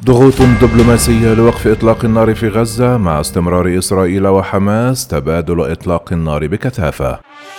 ضغوط دبلوماسية لوقف إطلاق النار في غزة مع استمرار إسرائيل وحماس تبادل إطلاق النار بكثافة.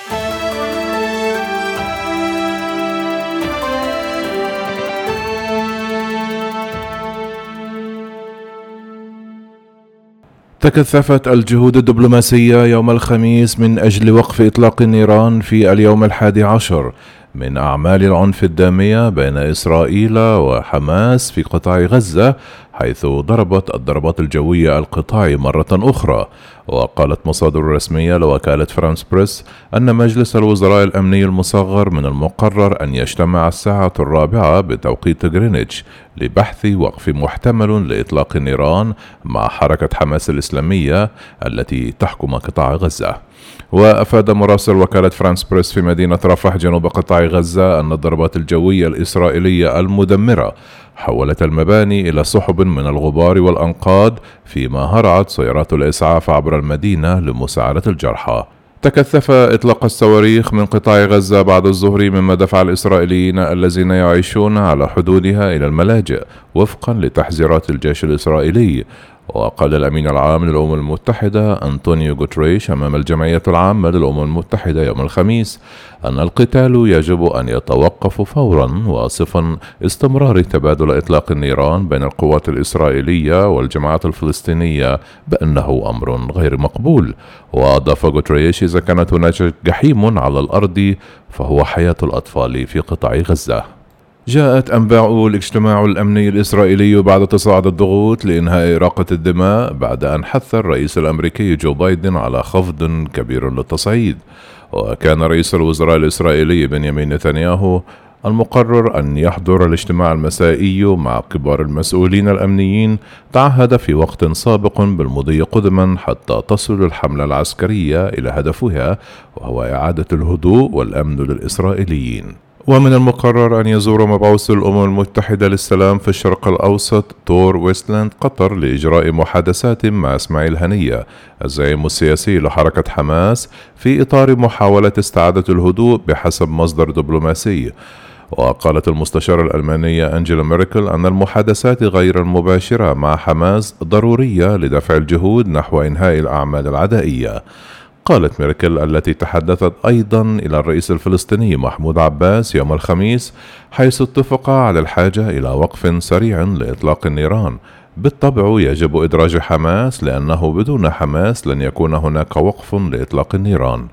تكثفت الجهود الدبلوماسية يوم الخميس من أجل وقف إطلاق النيران في اليوم 11 من أعمال العنف الدامية بين إسرائيل وحماس في قطاع غزة، حيث ضربت الضربات الجوية القطاع مرة أخرى. وقالت مصادر رسمية لوكالة فرانس بريس أن مجلس الوزراء الأمني المصغر من المقرر أن يجتمع الساعة 4 بتوقيت غرينتش لبحث وقف محتمل لإطلاق النيران مع حركة حماس الإسلامية التي تحكم قطاع غزة. وأفاد مراسل وكالة فرانس بريس في مدينة رفح جنوب قطاع غزة أن الضربات الجوية الإسرائيلية المدمرة حولت المباني إلى سحب من الغبار والأنقاض، فيما هرعت سيارات الإسعاف عبر المدينة لمساعدة الجرحى. تكثف إطلاق الصواريخ من قطاع غزة بعد الظهر، مما دفع الإسرائيليين الذين يعيشون على حدودها إلى الملاجئ وفقا لتحذيرات الجيش الإسرائيلي. وقال الأمين العام للأمم المتحدة أنطونيو غوتريش أمام الجمعية العامة للأمم المتحدة يوم الخميس أن القتال يجب أن يتوقف فورا، واصفا استمرار تبادل إطلاق النيران بين القوات الإسرائيلية والجماعات الفلسطينية بأنه أمر غير مقبول. وأضاف غوتريش: إذا كانت هناك جحيم على الأرض فهو حياة الأطفال في قطاع غزة. جاءت أنباء الاجتماع الأمني الإسرائيلي بعد تصاعد الضغوط لإنهاء إراقة الدماء، بعد أن حث الرئيس الأمريكي جو بايدن على خفض كبير للتصعيد. وكان رئيس الوزراء الإسرائيلي بنيامين نتنياهو المقرر أن يحضر الاجتماع المسائي مع كبار المسؤولين الأمنيين، تعهد في وقت سابق بالمضي قدما حتى تصل الحملة العسكرية إلى هدفها، وهو إعادة الهدوء والأمن للإسرائيليين. ومن المقرر أن يزور مبعوث الأمم المتحدة للسلام في الشرق الأوسط تور ويستلاند قطر لإجراء محادثات مع إسماعيل هنية الزعيم السياسي لحركة حماس في إطار محاولة استعادة الهدوء بحسب مصدر دبلوماسي. وقالت المستشارة الألمانية أنجيلا ميركل أن المحادثات غير المباشرة مع حماس ضرورية لدفع الجهود نحو إنهاء الأعمال العدائية. قالت ميركل التي تحدثت أيضا إلى الرئيس الفلسطيني محمود عباس يوم الخميس، حيث اتفق على الحاجة إلى وقف سريع لإطلاق النيران. بالطبع يجب إدراج حماس، لأنه بدون حماس لن يكون هناك وقف لإطلاق النيران.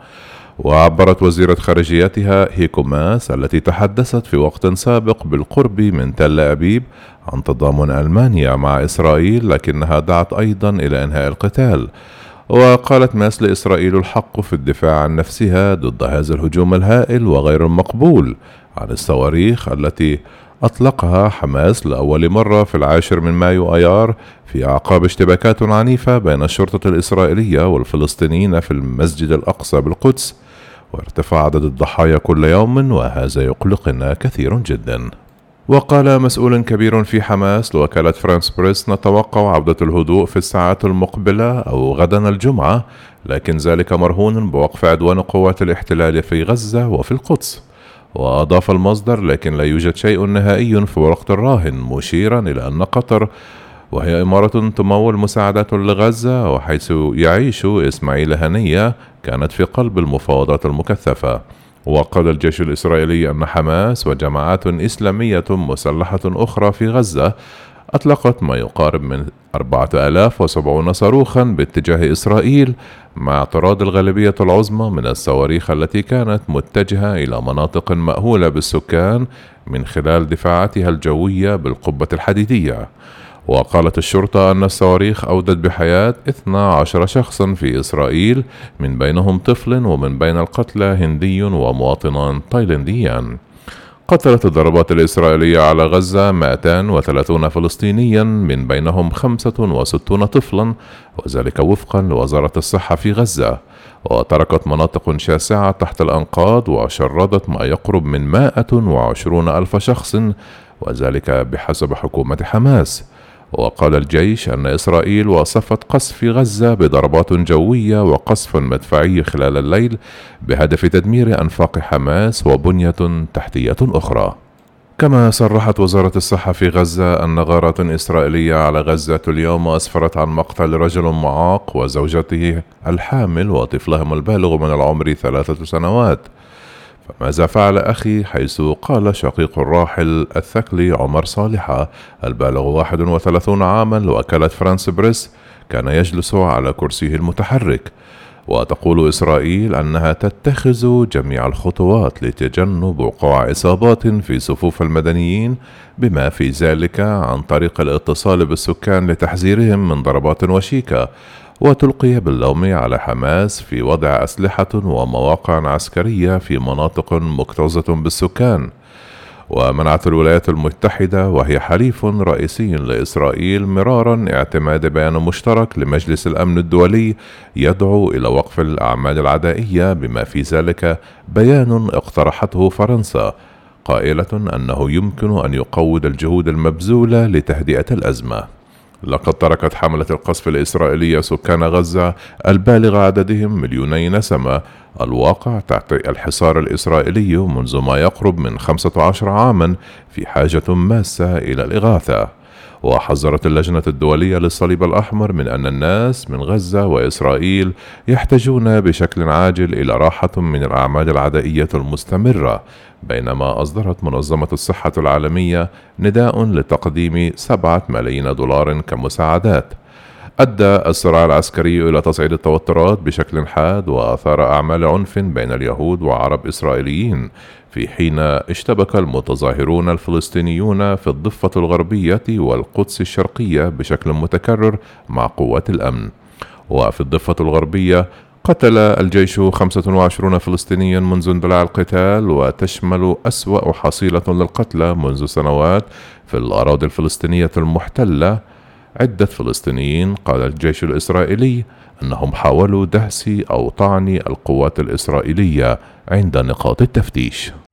وعبرت وزيرة خارجيتها هيكو ماس التي تحدثت في وقت سابق بالقرب من تل أبيب عن تضامن ألمانيا مع إسرائيل، لكنها دعت أيضا إلى إنهاء القتال. وقالت ماس: لإسرائيل الحق في الدفاع عن نفسها ضد هذا الهجوم الهائل وغير المقبول عن الصواريخ التي أطلقها حماس لأول مرة في 10 مايو أيار، في أعقاب اشتباكات عنيفة بين الشرطة الإسرائيلية والفلسطينيين في المسجد الأقصى بالقدس، وارتفع عدد الضحايا كل يوم، وهذا يقلقنا كثير جدا. وقال مسؤول كبير في حماس لوكالة فرانس بريس: نتوقع عودة الهدوء في الساعات المقبلة أو غدا الجمعة، لكن ذلك مرهون بوقف عدوان قوات الاحتلال في غزة وفي القدس. وأضاف المصدر: لكن لا يوجد شيء نهائي في الوقت الراهن، مشيرا إلى أن قطر، وهي إمارة تمول مساعدات لغزة وحيث يعيش إسماعيل هنية، كانت في قلب المفاوضات المكثفة. وقال الجيش الإسرائيلي أن حماس وجماعات إسلامية مسلحة أخرى في غزة أطلقت ما يقارب من 4070 صاروخا باتجاه إسرائيل، مع اعتراض الغالبية العظمى من الصواريخ التي كانت متجهة إلى مناطق مأهولة بالسكان من خلال دفاعاتها الجوية بالقبة الحديدية. وقالت الشرطة أن الصواريخ أودت بحياة 12 شخصا في إسرائيل، من بينهم طفل، ومن بين القتلى هندي ومواطنان تايلانديان. قتلت الضربات الإسرائيلية على غزة 230 فلسطينيا، من بينهم 65 طفلا، وذلك وفقا لوزارة الصحة في غزة. وتركت مناطق شاسعة تحت الأنقاض، وشردت ما يقرب من 120 ألف شخص، وذلك بحسب حكومة حماس. وقال الجيش أن إسرائيل وصفت قصف غزة بضربات جوية وقصف مدفعي خلال الليل بهدف تدمير أنفاق حماس وبنية تحتية أخرى. كما صرحت وزارة الصحة في غزة أن غارات إسرائيلية على غزة اليوم أسفرت عن مقتل رجل معاق وزوجته الحامل وطفلهم البالغ من العمر 3 سنوات. فماذا فعل أخي؟ حيث قال شقيق الراحل الثكلي عمر صالحة البالغ 31 عاما وكالة فرانس بريس كان يجلس على كرسيه المتحرك. وتقول إسرائيل أنها تتخذ جميع الخطوات لتجنب وقوع إصابات في صفوف المدنيين، بما في ذلك عن طريق الاتصال بالسكان لتحذيرهم من ضربات وشيكة، وتلقي باللوم على حماس في وضع أسلحة ومواقع عسكرية في مناطق مكتظة بالسكان. ومنعت الولايات المتحدة وهي حليف رئيسي لإسرائيل مرارا اعتماد بيان مشترك لمجلس الأمن الدولي يدعو إلى وقف الأعمال العدائية، بما في ذلك بيان اقترحته فرنسا قائلة أنه يمكن أن يقوض الجهود المبذولة لتهدئة الأزمة. لقد تركت حملة القصف الإسرائيلية سكان غزة البالغ عددهم 2 نسمة الواقع تحت الحصار الإسرائيلي منذ ما يقرب من 15 عاما في حاجة ماسة إلى الإغاثة. وحذرت اللجنة الدولية للصليب الأحمر من أن الناس من غزة وإسرائيل يحتاجون بشكل عاجل إلى راحة من الأعمال العدائية المستمرة، بينما أصدرت منظمة الصحة العالمية نداء لتقديم 7 ملايين دولار كمساعدات. أدى الصراع العسكري إلى تصعيد التوترات بشكل حاد وأثار أعمال عنف بين اليهود وعرب إسرائيليين، في حين اشتبك المتظاهرون الفلسطينيون في الضفة الغربية والقدس الشرقية بشكل متكرر مع قوات الأمن. وفي الضفة الغربية قتل الجيش 25 فلسطينيا منذ اندلاع القتال، وتشمل أسوأ حصيلة للقتلى منذ سنوات في الأراضي الفلسطينية المحتلة عدة فلسطينيين. قال الجيش الإسرائيلي أنهم حاولوا دهس أو طعن القوات الإسرائيلية عند نقاط التفتيش.